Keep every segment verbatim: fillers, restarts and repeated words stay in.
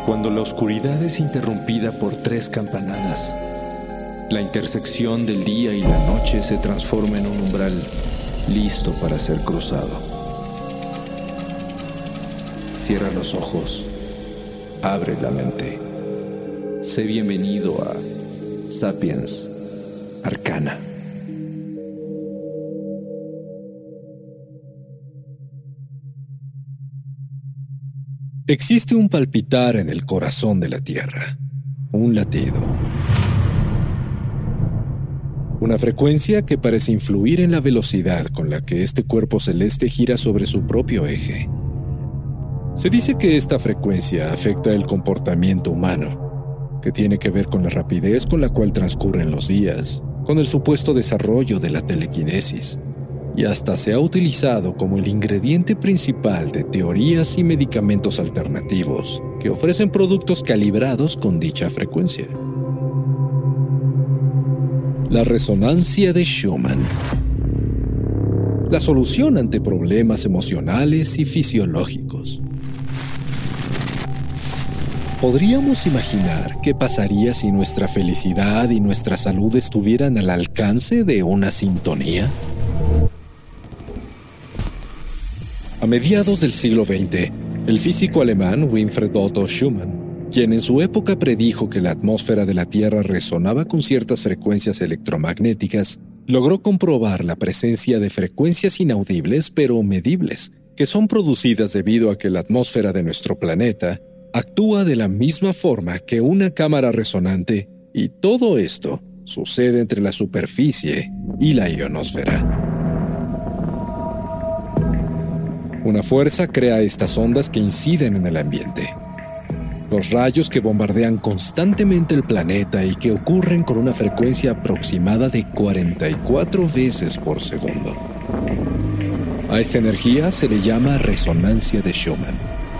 Cuando la oscuridad es interrumpida por tres campanadas, la intersección del día y la noche se transforma en un umbral listo para ser cruzado. Cierra los ojos, abre la mente. Sé bienvenido a Sapiens Arcana. Existe un palpitar en el corazón de la Tierra, un latido. Una frecuencia que parece influir en la velocidad con la que este cuerpo celeste gira sobre su propio eje. Se dice que esta frecuencia afecta el comportamiento humano, que tiene que ver con la rapidez con la cual transcurren los días, con el supuesto desarrollo de la telequinesis, y hasta se ha utilizado como el ingrediente principal de teorías y medicamentos alternativos que ofrecen productos calibrados con dicha frecuencia. La resonancia de Schumann. La solución ante problemas emocionales y fisiológicos. ¿Podríamos imaginar qué pasaría si nuestra felicidad y nuestra salud estuvieran al alcance de una sintonía? A mediados del siglo veinte, el físico alemán Winfried Otto Schumann, quien en su época predijo que la atmósfera de la Tierra resonaba con ciertas frecuencias electromagnéticas, logró comprobar la presencia de frecuencias inaudibles pero medibles, que son producidas debido a que la atmósfera de nuestro planeta actúa de la misma forma que una cámara resonante, y todo esto sucede entre la superficie y la ionosfera. Una fuerza crea estas ondas que inciden en el ambiente. Los rayos que bombardean constantemente el planeta y que ocurren con una frecuencia aproximada de cuarenta y cuatro veces por segundo. A esta energía se le llama resonancia de Schumann.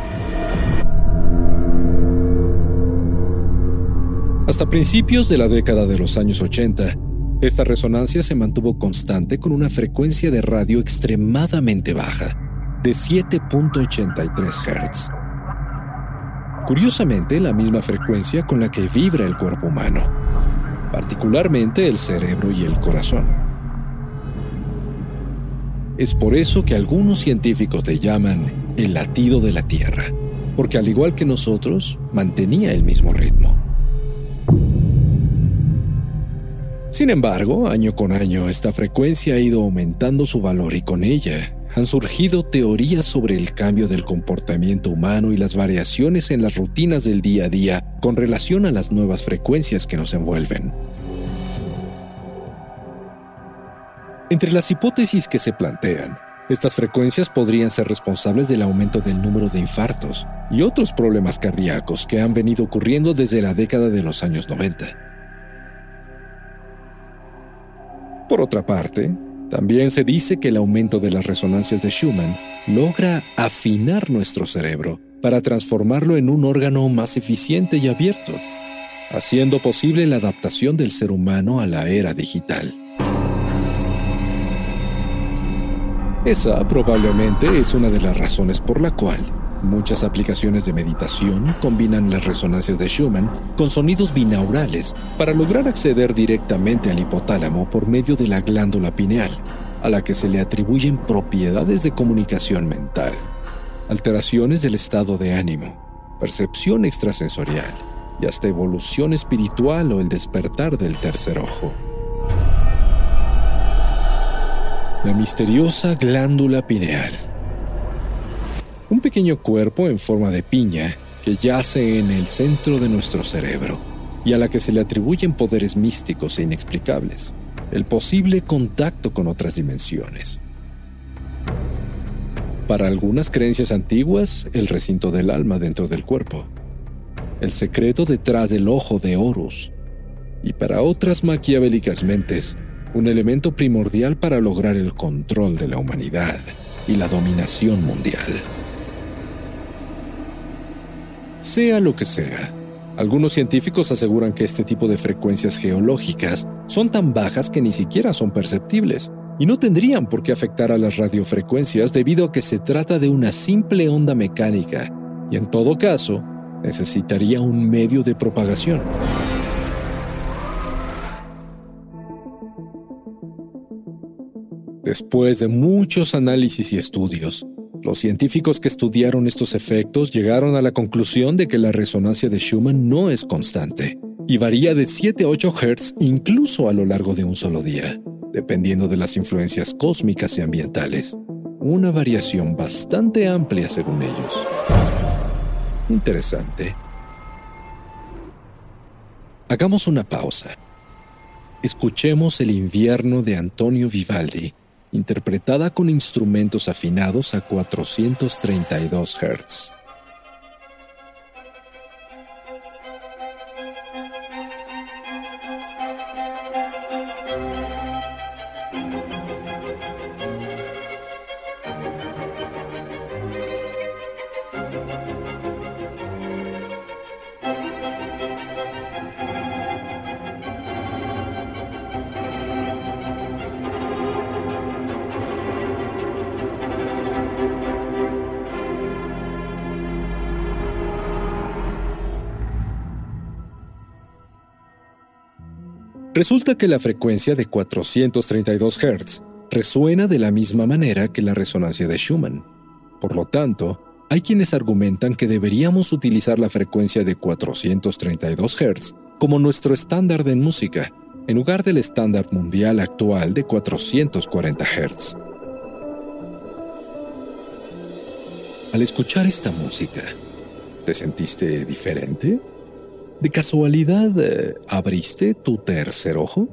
Hasta principios de la década de los años ochenta, esta resonancia se mantuvo constante con una frecuencia de radio extremadamente baja, de siete punto ochenta y tres hertz. Curiosamente, la misma frecuencia con la que vibra el cuerpo humano, particularmente el cerebro y el corazón. Es por eso que algunos científicos le llaman el latido de la Tierra, porque al igual que nosotros, mantenía el mismo ritmo. Sin embargo, año con año, esta frecuencia ha ido aumentando su valor y con ella han surgido teorías sobre el cambio del comportamiento humano y las variaciones en las rutinas del día a día con relación a las nuevas frecuencias que nos envuelven. Entre las hipótesis que se plantean, estas frecuencias podrían ser responsables del aumento del número de infartos y otros problemas cardíacos que han venido ocurriendo desde la década de los años noventa. Por otra parte, también se dice que el aumento de las resonancias de Schumann logra afinar nuestro cerebro para transformarlo en un órgano más eficiente y abierto, haciendo posible la adaptación del ser humano a la era digital. Esa probablemente es una de las razones por la cual muchas aplicaciones de meditación combinan las resonancias de Schumann con sonidos binaurales para lograr acceder directamente al hipotálamo por medio de la glándula pineal, a la que se le atribuyen propiedades de comunicación mental, alteraciones del estado de ánimo, percepción extrasensorial y hasta evolución espiritual o el despertar del tercer ojo. La misteriosa glándula pineal. Un pequeño cuerpo en forma de piña que yace en el centro de nuestro cerebro y a la que se le atribuyen poderes místicos e inexplicables, el posible contacto con otras dimensiones. Para algunas creencias antiguas, el recinto del alma dentro del cuerpo, el secreto detrás del ojo de Horus, y para otras maquiavélicas mentes, un elemento primordial para lograr el control de la humanidad y la dominación mundial. Sea lo que sea, algunos científicos aseguran que este tipo de frecuencias geológicas son tan bajas que ni siquiera son perceptibles y no tendrían por qué afectar a las radiofrecuencias debido a que se trata de una simple onda mecánica y en todo caso, necesitaría un medio de propagación. Después de muchos análisis y estudios, los científicos que estudiaron estos efectos llegaron a la conclusión de que la resonancia de Schumann no es constante y varía de siete a ocho hertz incluso a lo largo de un solo día, dependiendo de las influencias cósmicas y ambientales. Una variación bastante amplia según ellos. Interesante. Hagamos una pausa. Escuchemos El invierno de Antonio Vivaldi, interpretada con instrumentos afinados a cuatrocientos treinta y dos hertz. Resulta que la frecuencia de cuatrocientos treinta y dos hertz resuena de la misma manera que la resonancia de Schumann. Por lo tanto, hay quienes argumentan que deberíamos utilizar la frecuencia de cuatrocientos treinta y dos hertz como nuestro estándar en música, en lugar del estándar mundial actual de cuatrocientos cuarenta hertz. Al escuchar esta música, ¿te sentiste diferente? ¿De casualidad eh, abriste tu tercer ojo?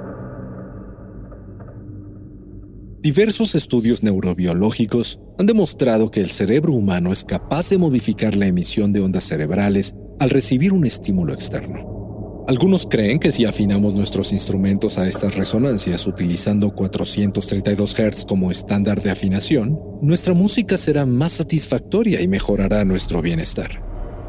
Diversos estudios neurobiológicos han demostrado que el cerebro humano es capaz de modificar la emisión de ondas cerebrales al recibir un estímulo externo. Algunos creen que si afinamos nuestros instrumentos a estas resonancias utilizando cuatrocientos treinta y dos hertz como estándar de afinación, nuestra música será más satisfactoria y mejorará nuestro bienestar.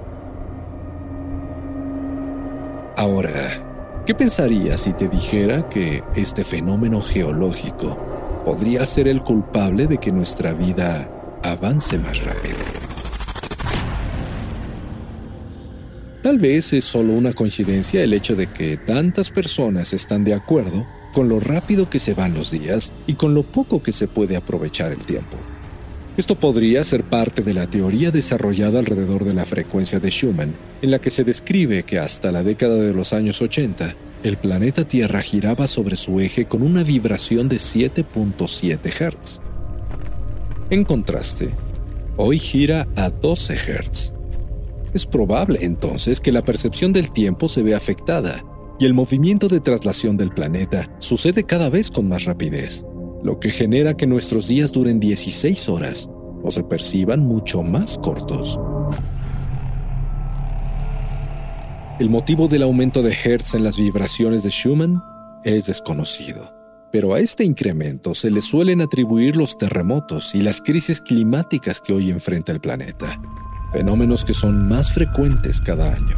Ahora, ¿qué pensarías si te dijera que este fenómeno geológico podría ser el culpable de que nuestra vida avance más rápido? Tal vez es solo una coincidencia el hecho de que tantas personas están de acuerdo con lo rápido que se van los días y con lo poco que se puede aprovechar el tiempo. Esto podría ser parte de la teoría desarrollada alrededor de la frecuencia de Schumann, en la que se describe que hasta la década de los años ochenta, el planeta Tierra giraba sobre su eje con una vibración de siete punto siete hertz. En contraste, hoy gira a doce hertz. Es probable, entonces, que la percepción del tiempo se vea afectada y el movimiento de traslación del planeta sucede cada vez con más rapidez, lo que genera que nuestros días duren dieciséis horas o se perciban mucho más cortos. El motivo del aumento de hertz en las vibraciones de Schumann es desconocido, pero a este incremento se le suelen atribuir los terremotos y las crisis climáticas que hoy enfrenta el planeta, fenómenos que son más frecuentes cada año.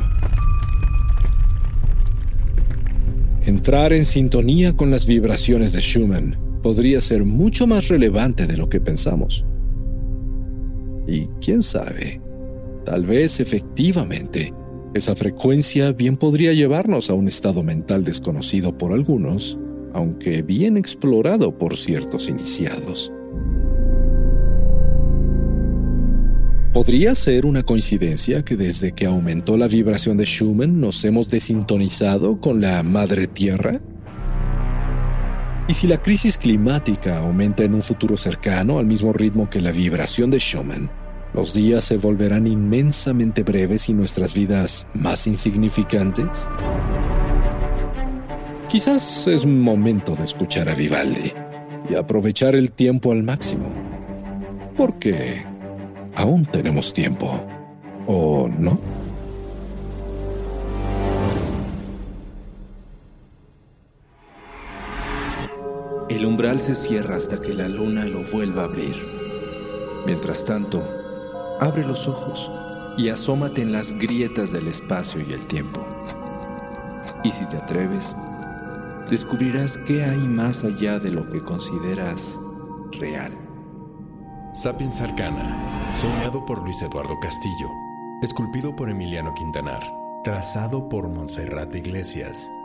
Entrar en sintonía con las vibraciones de Schumann podría ser mucho más relevante de lo que pensamos. Y quién sabe, tal vez efectivamente, esa frecuencia bien podría llevarnos a un estado mental desconocido por algunos, aunque bien explorado por ciertos iniciados. ¿Podría ser una coincidencia que desde que aumentó la vibración de Schumann nos hemos desintonizado con la Madre Tierra? ¿Y si la crisis climática aumenta en un futuro cercano al mismo ritmo que la vibración de Schumann, los días se volverán inmensamente breves y nuestras vidas más insignificantes? Quizás es momento de escuchar a Vivaldi y aprovechar el tiempo al máximo. Porque aún tenemos tiempo, ¿o no? El umbral se cierra hasta que la luna lo vuelva a abrir. Mientras tanto, abre los ojos y asómate en las grietas del espacio y el tiempo. Y si te atreves, descubrirás qué hay más allá de lo que consideras real. Sapiens Arcana, soñado por Luis Eduardo Castillo. esculpido por Emiliano Quintanar, trazado por Montserrat Iglesias,